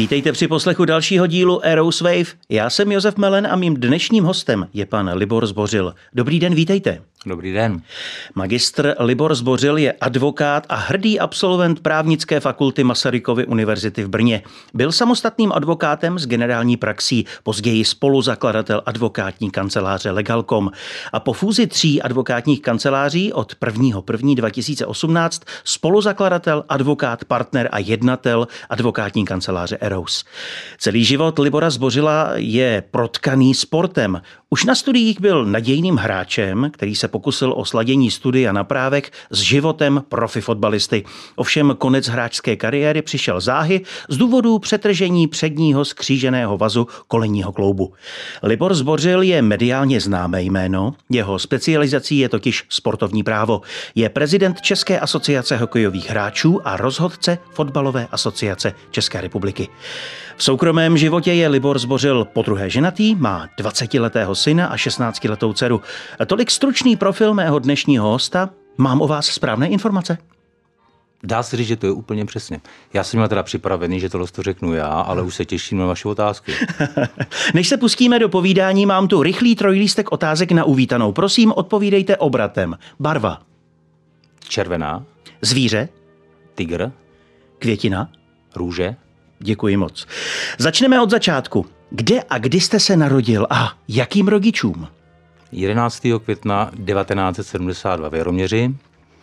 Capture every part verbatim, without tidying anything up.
Vítejte při poslechu dalšího dílu Eros Wave. Já jsem Josef Melen a mým dnešním hostem je pan Libor Zbořil. Dobrý den, vítejte. Dobrý den. Magistr Libor Zbořil je advokát a hrdý absolvent právnické fakulty Masarykovy univerzity v Brně. Byl samostatným advokátem s generální praxí, později spoluzakladatel advokátní kanceláře Legal tečka com a po fúzi tří advokátních kanceláří od prvního prvního dva tisíce osmnáct spoluzakladatel, advokát, partner a jednatel advokátní kanceláře Eros. Celý život Libora Zbořila je protkaný sportem. Už na studiích byl nadějným hráčem, který se pokusil o sladění studia na právech s životem profi fotbalisty. Ovšem konec hráčské kariéry přišel záhy z důvodu přetržení předního skříženého vazu kolenního kloubu. Libor Zbořil je mediálně známé jméno, jeho specializací je totiž sportovní právo. Je prezident České asociace hokejových hráčů a rozhodce Fotbalové asociace České republiky. V soukromém životě je Libor Zbořil podruhé ženatý, má dvacetiletého syna a šestnáctiletou dceru. Tolik stručný profil mého dnešního hosta. Mám o vás správné informace? Dá se říct, že to je úplně přesně. Já jsem měl teda připravený, že tohle to řeknu já, ale už se těším na vaše otázky. Než se pustíme do povídání, mám tu rychlý trojlístek otázek na uvítanou. Prosím, odpovídejte obratem. Barva? Červená. Zvíře? Tygr. Květina? Růže. Děkuji moc. Začneme od začátku. Kde a kdy jste se narodil a jakým rodičům? jedenáctého května devatenáct set sedmdesát dva v Jaroměři.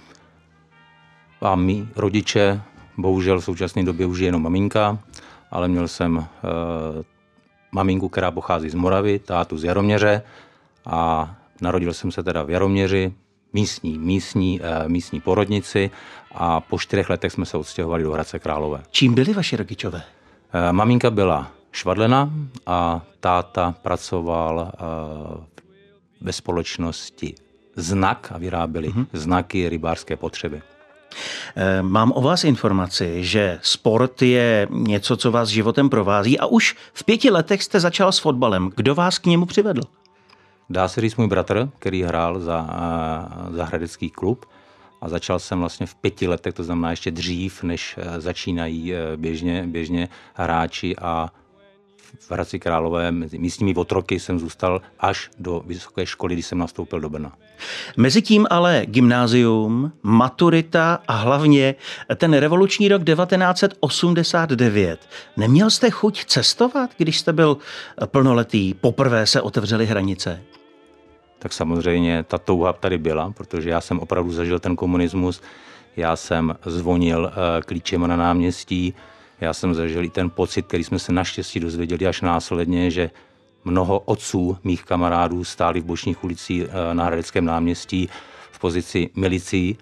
A mý rodiče, bohužel v současné době už je jenom maminka, ale měl jsem e, maminku, která pochází z Moravy, tátu z Jaroměře a narodil jsem se teda v Jaroměři, místní, místní, e, místní porodnici a po čtyřech letech jsme se odstěhovali do Hradce Králové. Čím byli vaši rodičové? E, maminka byla švadlena a táta pracoval e, ve společnosti Znak a vyráběli mm-hmm. znaky rybářské potřeby. Mám o vás informaci, že sport je něco, co vás životem provází a už v pěti letech jste začal s fotbalem. Kdo vás k němu přivedl? Dá se říct můj bratr, který hrál za, za hradecký klub a začal jsem vlastně v pěti letech, to znamená ještě dřív, než začínají běžně, běžně hráči a v Hradci Králové mezi místními otroky jsem zůstal až do vysoké školy, když jsem nastoupil do Brna. Mezitím ale gymnázium, maturita a hlavně ten revoluční rok devatenáct set osmdesát devět. Neměl jste chuť cestovat, když jste byl plnoletý? Poprvé se otevřely hranice. Tak samozřejmě ta touha tady byla, protože já jsem opravdu zažil ten komunismus. Já jsem zvonil klíčema na náměstí. Já jsem zažil i ten pocit, který jsme se naštěstí dozvěděli až následně, že mnoho otců mých kamarádů stáli v bočních ulicích na Hradeckém náměstí v pozici milicí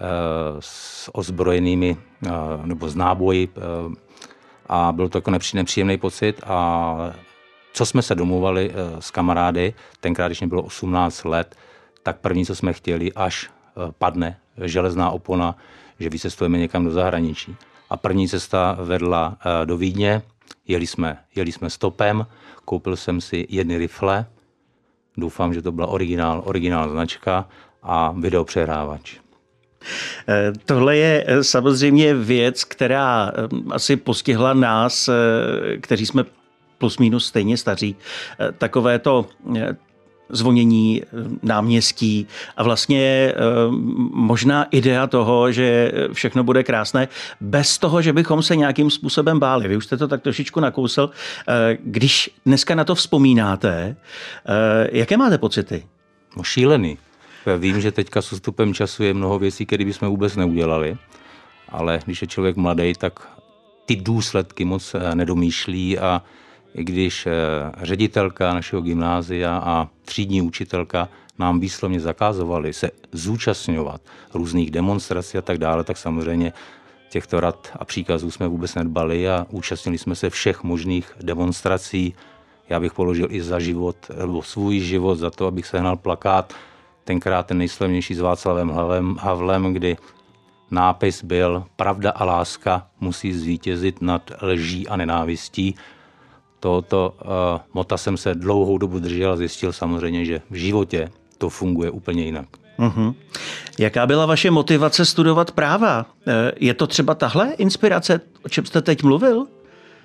s ozbrojenými nebo s náboji a byl to jako nepříjemný pocit. A co jsme se domluvali s kamarády, tenkrát, když mě bylo osmnáct let, tak první, co jsme chtěli, až padne železná opona, že vycestujeme někam do zahraničí. A první cesta vedla do Vídně, jeli jsme, jeli jsme stopem, koupil jsem si jedny rifle, doufám, že to byla originál, originál značka a videopřehrávač. Tohle je samozřejmě věc, která asi postihla nás, kteří jsme plus minus stejně staří. Takové to zvonění náměstí a vlastně možná idea toho, že všechno bude krásné, bez toho, že bychom se nějakým způsobem báli. Vy už jste to tak trošičku nakousl. Když dneska na to vzpomínáte, jaké máte pocity? No šílený. Já vím, že teďka s ústupem času je mnoho věcí, které bychom vůbec neudělali, ale když je člověk mladý, tak ty důsledky moc nedomýšlí a i když ředitelka našeho gymnázia a třídní učitelka nám výslovně zakázovali se zúčastňovat různých demonstrací a tak dále, tak samozřejmě těchto rad a příkazů jsme vůbec nedbali a účastnili jsme se všech možných demonstrací. Já bych položil i za život, nebo svůj život za to, abych sehnal plakát, tenkrát ten nejslavnější s Václavem Havlem, kdy nápis byl Pravda a láska musí zvítězit nad lží a nenávistí. Tohoto uh, mota jsem se dlouhou dobu držel a zjistil samozřejmě, že v životě to funguje úplně jinak. Uhum. Jaká byla vaše motivace studovat práva? Je to třeba tahle inspirace, o čem jste teď mluvil?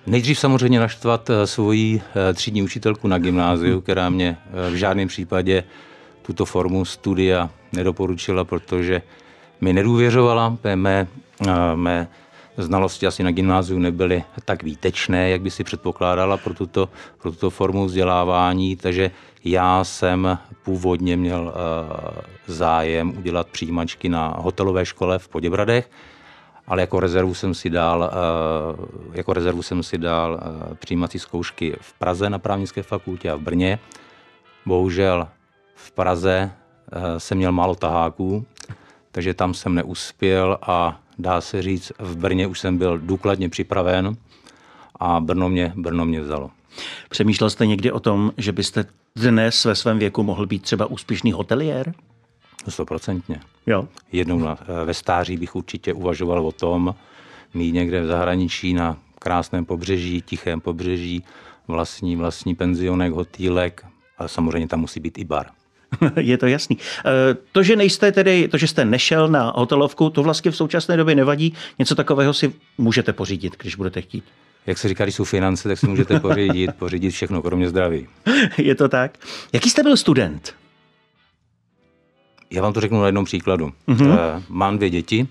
Nejdřív samozřejmě naštvat svoji třídní učitelku na gymnáziu, která mě v žádném případě tuto formu studia nedoporučila, protože mi nedůvěřovala. Mé, mé znalosti asi na gymnáziu nebyly tak výtečné, jak by si předpokládala pro tuto, pro tuto formu vzdělávání, takže já jsem původně měl zájem udělat přijímačky na hotelové škole v Poděbradech, ale jako rezervu jsem si dal, jako rezervu jsem si dal přijímací zkoušky v Praze na právnické fakultě a v Brně. Bohužel v Praze jsem měl málo taháků, takže tam jsem neuspěl a dá se říct, v Brně už jsem byl důkladně připraven a Brno mě, Brno mě vzalo. Přemýšlel jste někdy o tom, že byste dnes ve svém věku mohl být třeba úspěšný hoteliér? Stoprocentně. Jo. Jednou na, ve stáří bych určitě uvažoval o tom, mít někde v zahraničí na krásném pobřeží, tichém pobřeží, vlastní, vlastní penzionek, hotýlek, ale samozřejmě tam musí být i bar. Je to jasný. To, že nejste tedy, to, že jste nešel na hotelovku, to vlastně v současné době nevadí. Něco takového si můžete pořídit, když budete chtít. Jak se říká, když jsou finance, tak si můžete pořídit, pořídit všechno, kromě zdraví. Je to tak. Jaký jste byl student? Já vám to řeknu na jednom příkladu. Mm-hmm. Mám dvě děti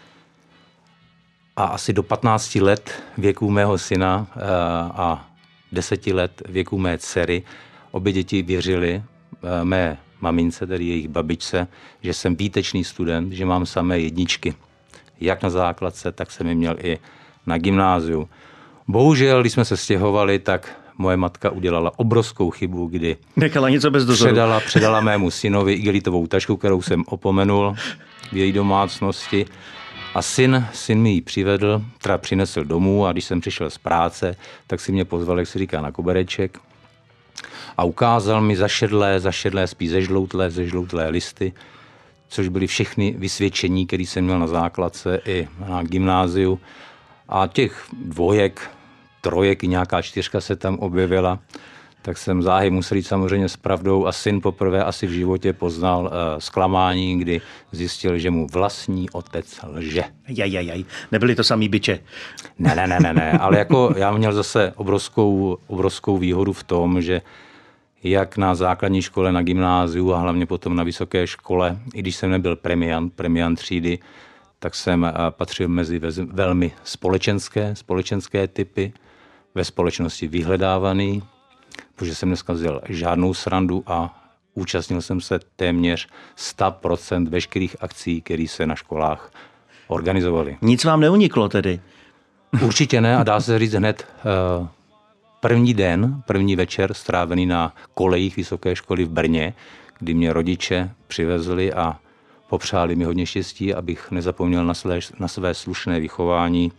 a asi do patnácti let věku mého syna a deseti let věku mé dcery obě děti věřily mé mamince, tedy jejich babičce, že jsem výtečný student, že mám samé jedničky. Jak na základce, tak jsem je měl i na gymnáziu. Bohužel, když jsme se stěhovali, tak moje matka udělala obrovskou chybu, kdy nechala něco bez dozoru. Předala, předala mému synovi igelitovou tašku, kterou jsem opomenul v její domácnosti. A syn, syn mi ji přivedl, teda přinesl domů a když jsem přišel z práce, tak si mě pozval, jak se říká, na kobereček a ukázal mi zašedlé, zašedlé, spíš zežloutlé, zežloutlé listy, což byly všechny vysvědčení, které jsem měl na základce i na gymnáziu. A těch dvojek, trojek i nějaká čtyřka se tam objevila, tak jsem záhy musel jít samozřejmě s pravdou a syn poprvé asi v životě poznal uh, zklamání, kdy zjistil, že mu vlastní otec lže. Jajajaj, nebyly to samý biče. Ne, ne, ne, ne, ne, ale jako já měl zase obrovskou, obrovskou výhodu v tom, že jak na základní škole, na gymnáziu a hlavně potom na vysoké škole, i když jsem nebyl premiant, premiant třídy, tak jsem patřil mezi velmi společenské, společenské typy, ve společnosti vyhledávaný, protože jsem neskazil žádnou srandu a účastnil jsem se téměř sto procent veškerých akcí, které se na školách organizovaly. Nic vám neuniklo tedy? Určitě ne a dá se říct hned uh, první den, první večer strávený na kolejích vysoké školy v Brně, kdy mě rodiče přivezli a popřáli mi hodně štěstí, abych nezapomněl na své, na své slušné vychování.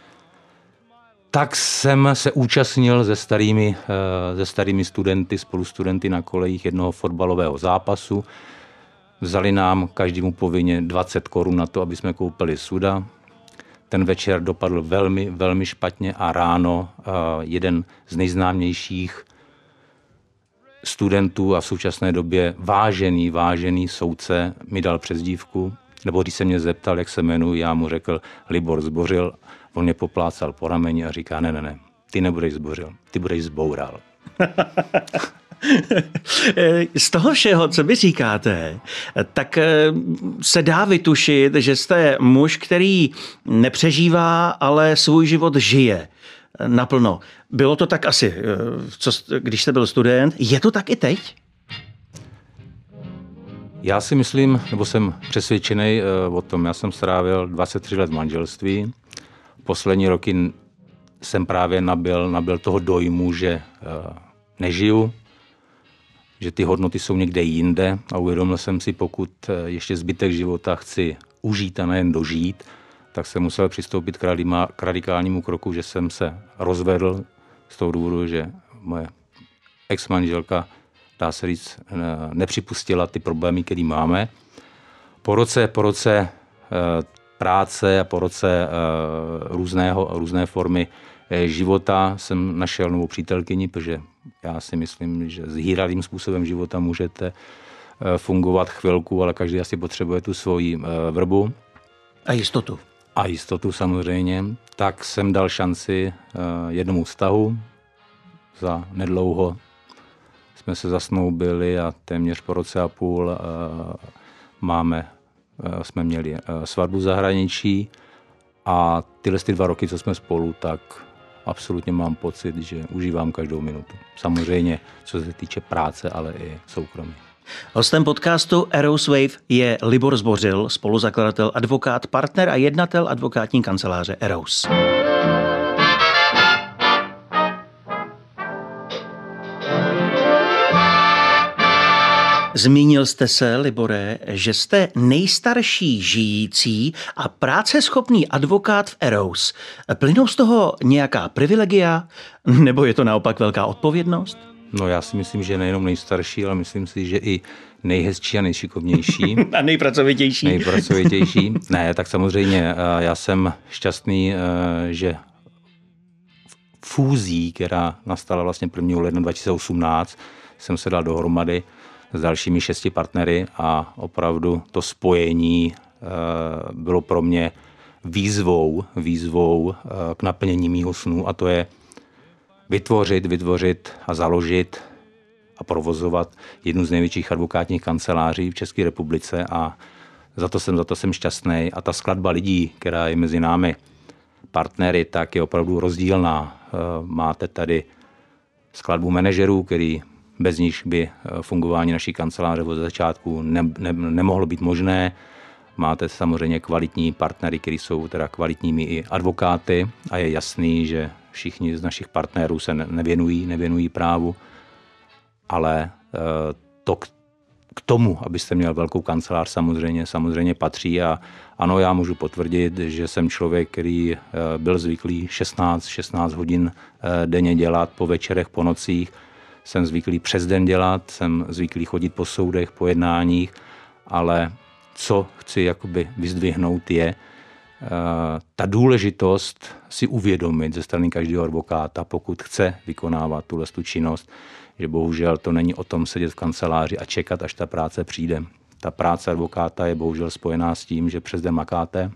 Tak jsem se účastnil se starými, se starými studenty, spolustudenty na kolejích jednoho fotbalového zápasu. Vzali nám každému povinně dvacet korun na to, aby jsme koupili suda. Ten večer dopadl velmi, velmi špatně a ráno jeden z nejznámějších studentů a v současné době vážený, vážený soudce mi dal přezdívku, nebo když se mě zeptal, jak se jmenuji, já mu řekl Libor Zbořil, on mě poplácal po rameni a říká, ne, ne, ne, ty nebudeš Zbořil, ty budeš Zboural. Z toho všeho, co vy říkáte, tak se dá vytušit, že jste muž, který nepřežívá, ale svůj život žije naplno. Bylo to tak asi, co, když jste byl student. Je to tak i teď? Já si myslím, nebo jsem přesvědčený o tom, já jsem strávil dvacet tři let v manželství. Poslední roky jsem právě nabyl, nabyl toho dojmu, že nežiju, že ty hodnoty jsou někde jinde a uvědomil jsem si, pokud ještě zbytek života chci užít a nejen dožít, tak jsem musel přistoupit k radikálnímu kroku, že jsem se rozvedl z toho důvodu, že moje ex-manželka, dá se říct, nepřipustila ty problémy, které máme. Po roce, po roce práce a po roce různého, různé formy života jsem našel novou přítelkyni, protože já si myslím, že s hýravým způsobem života můžete fungovat chvilku, ale každý asi potřebuje tu svoji vrbu. A jistotu. a jistotu samozřejmě, tak jsem dal šanci jednomu vztahu. Za nedlouho jsme se zasnoubili a téměř po roce a půl máme, jsme měli svatbu v zahraničí a tyhle ty dva roky, co jsme spolu, tak absolutně mám pocit, že užívám každou minutu. Samozřejmě, co se týče práce, ale i soukromí. Hostem podcastu Eros Wave je Libor Zbořil, spoluzakladatel, advokát, partner a jednatel advokátní kanceláře Eros. Zmínil jste se, Libore, že jste nejstarší žijící a práceschopný advokát v Eros. Plynou z toho nějaká privilegia, nebo je to naopak velká odpovědnost? No já si myslím, že nejenom nejstarší, ale myslím si, že i nejhezčí a nejšikovnější. A nejpracovitější. Nejpracovitější. Ne, tak samozřejmě já jsem šťastný, že fúzí, která nastala vlastně prvního ledna dva tisíce osmnáct, jsem se dal dohromady s dalšími šesti partnery a opravdu to spojení bylo pro mě výzvou, výzvou k naplnění mýho snu, a to je vytvořit, vytvořit a založit a provozovat jednu z největších advokátních kanceláří v České republice, a za to jsem, za to jsem šťastný. A ta skladba lidí, která je mezi námi partnery, tak je opravdu rozdílná. Máte tady skladbu manažerů, který bez nich by fungování naší kanceláře od začátku ne, ne, nemohlo být možné. Máte samozřejmě kvalitní partnery, kteří jsou teda kvalitními i advokáty, a je jasný, že všichni z našich partnerů se nevěnují, nevěnují právu, ale to k tomu, abyste měl velkou kancelář, samozřejmě, samozřejmě patří. A ano, já můžu potvrdit, že jsem člověk, který byl zvyklý šestnáct hodin denně dělat, po večerech, po nocích. Jsem zvyklý přes den dělat, jsem zvyklý chodit po soudech, po jednáních, ale co chci jakoby vyzdvihnout je uh, ta důležitost si uvědomit ze strany každého advokáta, pokud chce vykonávat tuhle tu činnost, že bohužel to není o tom sedět v kanceláři a čekat, až ta práce přijde. Ta práce advokáta je bohužel spojená s tím, že přes den makáte,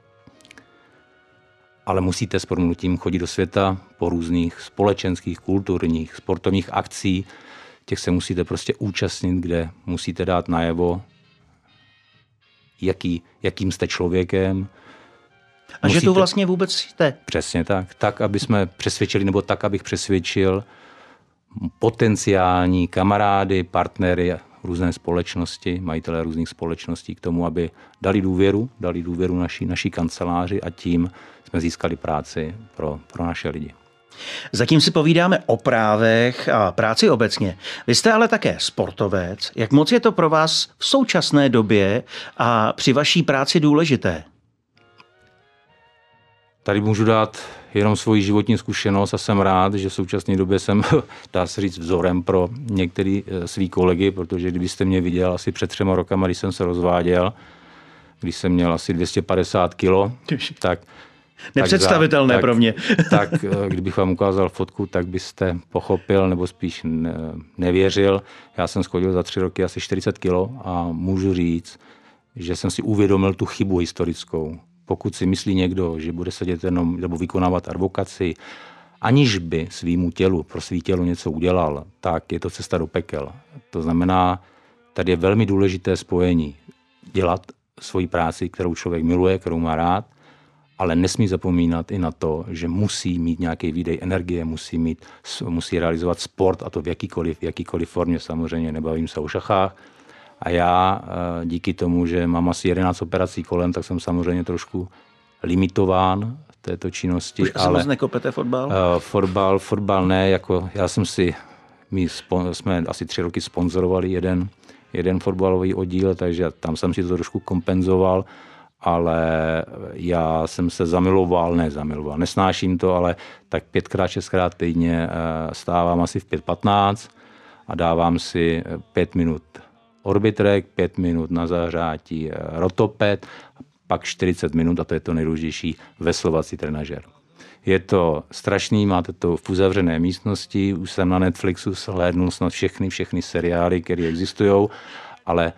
ale musíte s promluvím chodit do světa po různých společenských, kulturních, sportovních akcí. Těch se musíte prostě účastnit, kde musíte dát najevo, jaký, jakým jste člověkem. A musíte, že tu vlastně vůbec jste. Přesně tak. Tak, aby jsme přesvědčili, nebo tak, abych přesvědčil potenciální kamarády, partnery, různé společnosti, majitelé různých společností k tomu, aby dali důvěru, dali důvěru naší, naší kanceláři, a tím jsme získali práci pro, pro naše lidi. Zatím si povídáme o právech a práci obecně. Vy jste ale také sportovec. Jak moc je to pro vás v současné době a při vaší práci důležité? Tady můžu dát jenom svoji životní zkušenost a jsem rád, že v současné době jsem, dá se říct, vzorem pro některý svý kolegy, protože kdybyste mě viděl asi před třema rokama, když jsem se rozváděl, když jsem měl asi dvě stě padesát kilo, tak... Nepředstavitelné tak, pro mě. Tak kdybych vám ukázal fotku, tak byste pochopil, nebo spíš ne, nevěřil. Já jsem schodil za tři roky asi čtyřicet kilo a můžu říct, že jsem si uvědomil tu chybu historickou. Pokud si myslí někdo, že bude sedět jenom nebo vykonávat advokaci, aniž by svýmu tělu, pro svý tělo něco udělal, tak je to cesta do pekel. To znamená, tady je velmi důležité spojení. Dělat svoji práci, kterou člověk miluje, kterou má rád, ale nesmí zapomínat i na to, že musí mít nějaký výdej energie, musí, mít, musí realizovat sport, a to v jakýkoliv, v jakýkoliv formě. Samozřejmě nebavím se o šachách. A já díky tomu, že mám asi jedenáct operací kolem, tak jsem samozřejmě trošku limitován v této činnosti. Už asi moc nekopete fotbal? Uh, fotbal, fotbal ne, jako já jsem si, my jsme asi tři roky sponzorovali jeden, jeden fotbalový oddíl, takže tam jsem si to trošku kompenzoval, ale já jsem se zamiloval, ne zamiloval, nesnáším to, ale tak pětkrát, šestkrát týdně stávám asi v pět patnáct a dávám si pět minut orbitrek, pět minut na zahřátí rotoped, pak čtyřicet minut, a to je to nejdůležitější, veslovací trenažer. Je to strašný, máte to v uzavřené místnosti, už jsem na Netflixu shlédnul snad všechny, všechny seriály, které existují, ale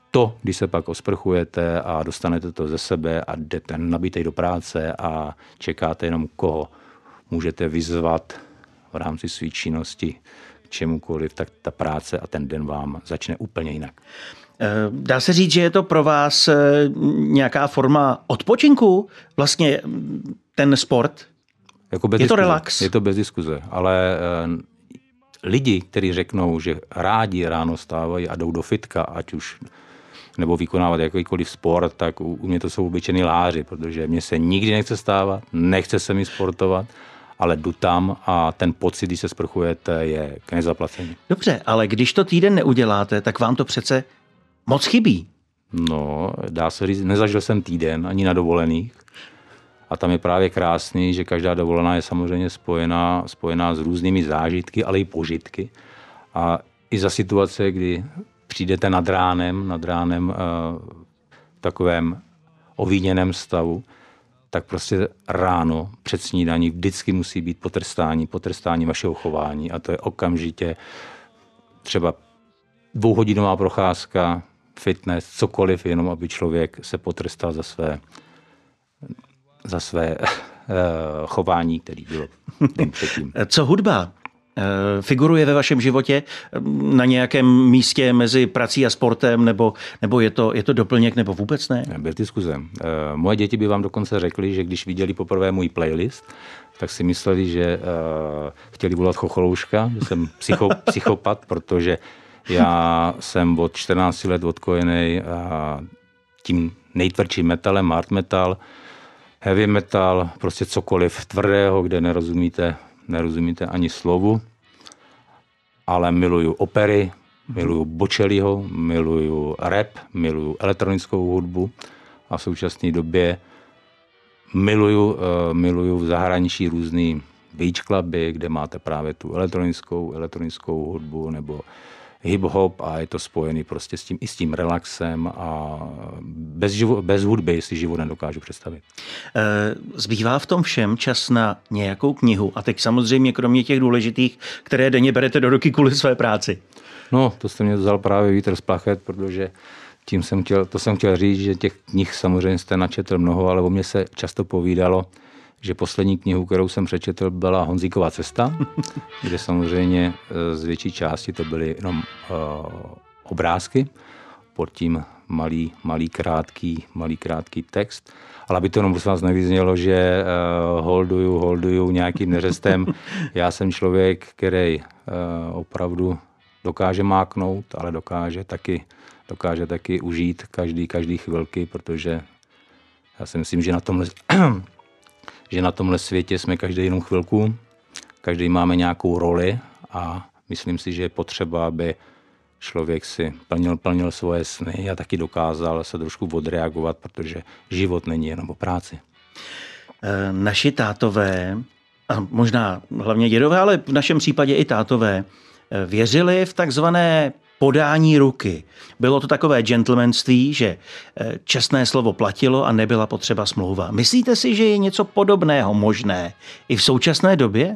to, když se pak osprchujete a dostanete to ze sebe a jdete nabitej do práce a čekáte jenom koho můžete vyzvat v rámci své činnosti k čemukoliv, tak ta práce a ten den vám začne úplně jinak. Dá se říct, že je to pro vás nějaká forma odpočinku? Vlastně ten sport? Jako bez je to diskuze. relax? Je to bez diskuze, ale lidi, kteří řeknou, že rádi ráno stávají a jdou do fitka, ať už nebo vykonávat jakýkoliv sport, tak u, u mě to jsou obyčejní láři, protože mě se nikdy nechce stávat, nechce se mi sportovat, ale jdu tam a ten pocit, když se sprchujete, je k nezaplacení. Dobře, ale když to týden neuděláte, tak vám to přece moc chybí. No, dá se říct, nezažil jsem týden ani na dovolených. A tam je právě krásný, že každá dovolená je samozřejmě spojená, spojená s různými zážitky, ale i požitky. A i za situace, kdy přijdete nad ránem, nad ránem v takovém ovíněném stavu, tak prostě ráno před snídaní vždycky musí být potrestání, potrestání vašeho chování. A to je okamžitě třeba dvouhodinová procházka, fitness, cokoliv, jenom aby člověk se potrestal za své za své uh, chování, který bylo den předtím. Co hudba? Figuruje ve vašem životě na nějakém místě mezi prací a sportem, nebo, nebo je, to, je to doplněk, nebo vůbec ne? Bez diskuze. Moje děti by vám dokonce řekly, že když viděli poprvé můj playlist, tak si mysleli, že uh, chtěli volat chocholouška, že jsem psycho, psychopat, protože já jsem od čtrnácti let odkojený uh, tím nejtvrdším metalem, hard metal, heavy metal, prostě cokoliv tvrdého, kde nerozumíte, nerozumíte ani slovu, ale miluju opery, miluju Bocelliho, miluju rap, miluju elektronickou hudbu a v současné době miluju, uh, miluju v zahraničí různý beach cluby, kde máte právě tu elektronickou, elektronickou hudbu nebo hip-hop a je to spojený prostě s tím, i s tím relaxem a bez, živo, bez hudby si život nedokážu představit. Zbývá v tom všem čas na nějakou knihu a teď samozřejmě kromě těch důležitých, které denně berete do ruky kvůli své práci. No, to jste mě vzal právě vítr z plachet, protože tím jsem chtěl, to jsem chtěl říct, že těch knih samozřejmě jste načetl mnoho, ale o mě se často povídalo, že poslední knihu, kterou jsem přečetl, byla Honzíkova cesta, kde samozřejmě z větší části to byly jenom uh, obrázky, pod tím malý, malý, krátký, malý krátký text. Ale aby to jenom prosím vás nevyznělo, že uh, holduju, holduju nějakým neřestem. Já jsem člověk, který uh, opravdu dokáže máknout, ale dokáže taky, dokáže taky užít každý, každý chvilky, protože já si myslím, že na tomhle že na tomhle světě jsme každý jenom chvilku, každý máme nějakou roli a myslím si, že je potřeba, aby člověk si plnil, plnil svoje sny a taky dokázal se trošku odreagovat, protože život není jenom o práci. Naši tátové, a možná hlavně dědové, ale v našem případě i tátové, věřili v takzvané podání ruky. Bylo to takové gentlemanství, že čestné slovo platilo a nebyla potřeba smlouva. Myslíte si, že je něco podobného možné i v současné době?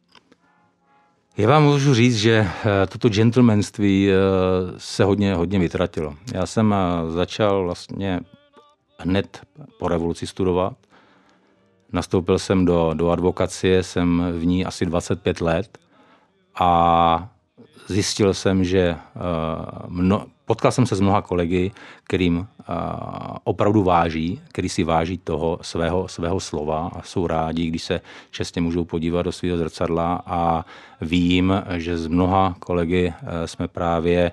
Já vám můžu říct, že toto gentlemanství se hodně, hodně vytratilo. Já jsem začal vlastně hned po revoluci studovat. Nastoupil jsem do, do advokacie, jsem v ní asi dvacet pět let a zjistil jsem, že mno, potkal jsem se s mnoha kolegy, kterým opravdu váží, který si váží toho svého, svého slova a jsou rádi, když se čestně můžou podívat do svého zrcadla a vím, že z mnoha kolegy jsme právě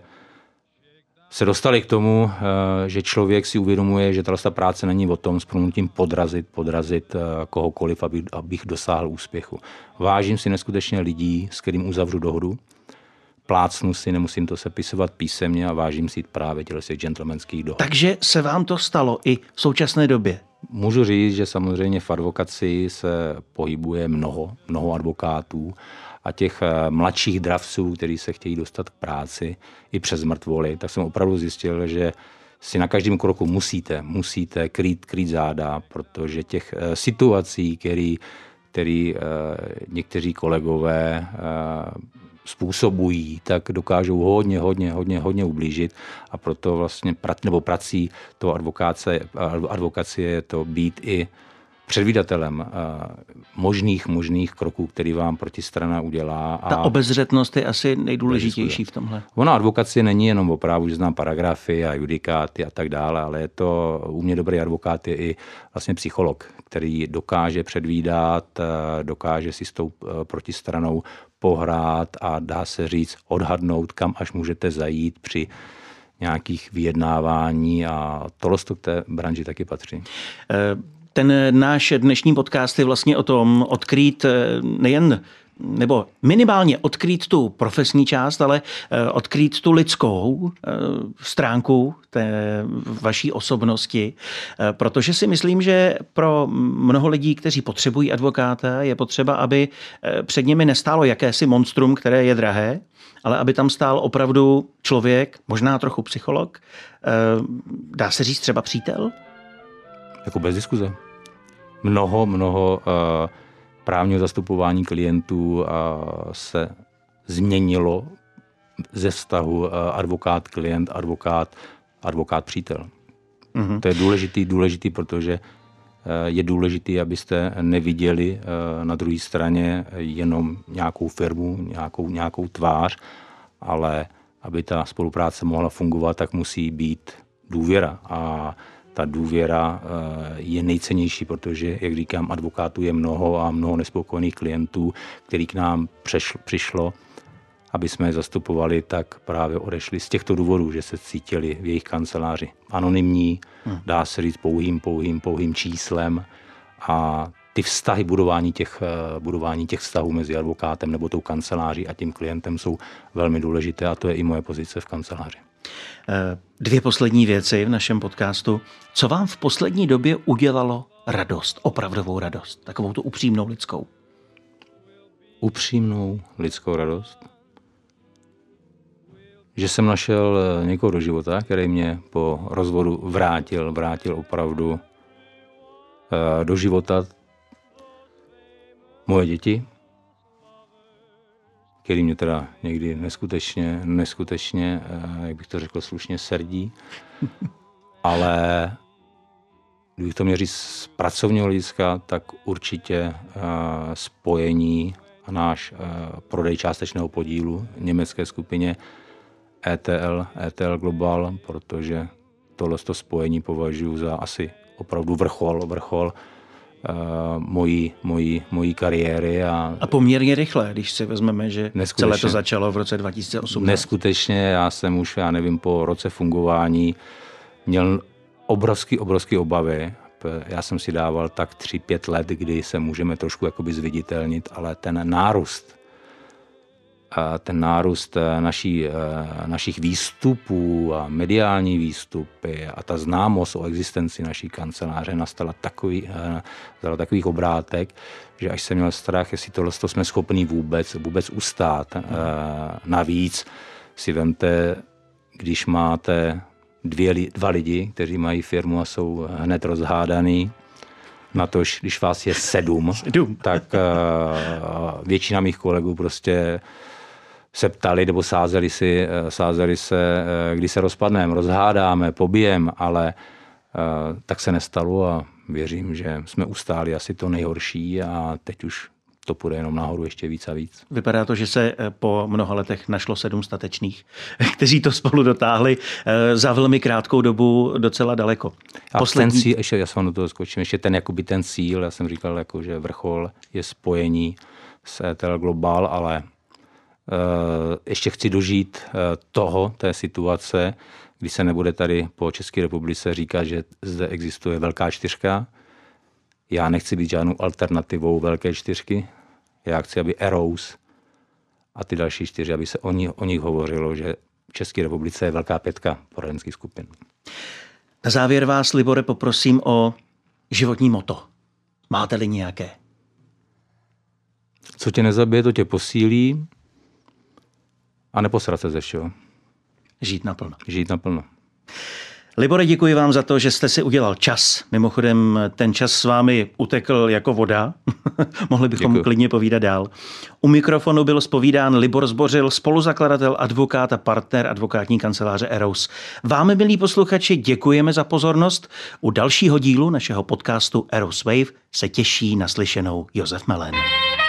se dostali k tomu, že člověk si uvědomuje, že tato práce není o tom s prominutím podrazit, podrazit kohokoliv, abych, abych dosáhl úspěchu. Vážím si neskutečně lidí, s kterým uzavřu dohodu, plácnu si, nemusím to sepisovat písemně a vážím si právě těch gentlemanských dohod. Takže se vám to stalo i v současné době? Můžu říct, že samozřejmě v advokaci se pohybuje mnoho, mnoho advokátů a těch mladších dravců, kteří se chtějí dostat k práci i přes mrtvoly, tak jsem opravdu zjistil, že si na každém kroku musíte, musíte krýt, krýt záda, protože těch situací, který, který někteří kolegové způsobují, tak dokážou hodně, hodně, hodně, hodně ublížit a proto vlastně nebo prací toho advokáce, advokacie je to být i předvídatelem možných, možných kroků, který vám protistrana udělá. A ta obezřetnost je asi nejdůležitější v tomhle. Ona advokacie není jenom o právu, že znám paragrafy a judikáty a tak dále, ale je to, u mě dobrý advokát je i vlastně psycholog, který dokáže předvídat, dokáže si s tou protistranou pohrát a dá se říct, odhadnout, kam až můžete zajít při nějakých vyjednávání a tohle k té branži taky patří. Ten náš dnešní podcast je vlastně o tom odkrýt nejen, nebo minimálně odkrýt tu profesní část, ale odkrýt tu lidskou stránku té vaší osobnosti, protože si myslím, že pro mnoho lidí, kteří potřebují advokáta, je potřeba, aby před nimi nestálo jakési monstrum, které je drahé, ale aby tam stál opravdu člověk, možná trochu psycholog, dá se říct třeba přítel? Jako bez diskuze. Mnoho, mnoho uh, právního zastupování klientů uh, se změnilo ze vztahu uh, advokát-klient, advokát, advokát-přítel. Mm-hmm. To je důležitý, důležitý, protože uh, je důležitý, abyste neviděli uh, na druhé straně jenom nějakou firmu, nějakou, nějakou tvář, ale aby ta spolupráce mohla fungovat, tak musí být důvěra. A ta důvěra je nejcennější, protože, jak říkám, advokátů je mnoho a mnoho nespokojených klientů, který k nám přešlo, přišlo, aby jsme je zastupovali, tak právě odešli z těchto důvodů, že se cítili v jejich kanceláři anonymní, hmm. dá se říct pouhým, pouhým, pouhým číslem a ty vztahy, budování těch, budování těch vztahů mezi advokátem nebo tou kanceláří a tím klientem jsou velmi důležité a to je i moje pozice v kanceláři. Dvě poslední věci v našem podcastu. Co vám v poslední době udělalo radost, opravdovou radost, takovou tu upřímnou lidskou? Upřímnou lidskou radost? Že jsem našel někoho do života, který mě po rozvodu vrátil, vrátil opravdu do života moje děti, který mě teda někdy neskutečně, neskutečně, jak bych to řekl slušně, srdí. Ale kdybych to měl říct z pracovního hlediska, tak určitě spojení a náš prodej částečného podílu německé skupině E T L, E T L Global, protože tohle spojení považuji za asi opravdu vrchol, vrchol Uh, mojí, mojí, mojí kariéry. A, a poměrně rychle, když si vezmeme, že celé to začalo v roce dva tisíce osmnáct. Neskutečně, já jsem už, já nevím, po roce fungování měl obrovský, obrovský obavy. Já jsem si dával tak tři, pět let, kdy se můžeme trošku jakoby zviditelnit, ale ten nárůst, ten nárůst naší, našich výstupů a mediální výstupy a ta známost o existenci naší kanceláře nastala takový, nastala takových obrátek, že až jsem měl strach, jestli tohle jsme schopni vůbec, vůbec ustát. Navíc si vemte, když máte dvě, dva lidi, kteří mají firmu a jsou hned rozhádaný, natož, když vás je sedm, sedm. tak většina mých kolegů prostě se ptali nebo sázeli, si, sázeli se, kdy se rozpadneme, rozhádáme, pobijem, ale tak se nestalo a věřím, že jsme ustáli asi to nejhorší a teď už to půjde jenom nahoru ještě víc a víc. Vypadá to, že se po mnoha letech našlo sedm statečných, kteří to spolu dotáhli za velmi krátkou dobu docela daleko. A Poslední... ten cíl, ještě já se vám do toho skočím, ještě ten, jakoby ten cíl, já jsem říkal, jako, že vrchol je spojení s E T L Global, ale Uh, ještě chci dožít uh, toho, té situace, kdy se nebude tady po České republice říkat, že zde existuje velká čtyřka. Já nechci být žádnou alternativou velké čtyřky. Já chci, aby Eros a ty další čtyři, aby se o nich, o nich hovořilo, že v České republice je velká pětka poradenských skupin. Na závěr vás, Libore, poprosím o životní motto. Máte-li nějaké? Co tě nezabije, to tě posílí. A neposrat se ze všeho. Žít naplno. Žít naplno. Libore, děkuji vám za to, že jste si udělal čas. Mimochodem, ten čas s vámi utekl jako voda. Mohli bychom Děkuji. klidně povídat dál. U mikrofonu byl zpovídán Libor Zbořil, spoluzakladatel, advokát a partner advokátní kanceláře Eros. Vám, milí posluchači, děkujeme za pozornost. U dalšího dílu našeho podcastu Eros Wave se těší naslyšenou Josef Melen.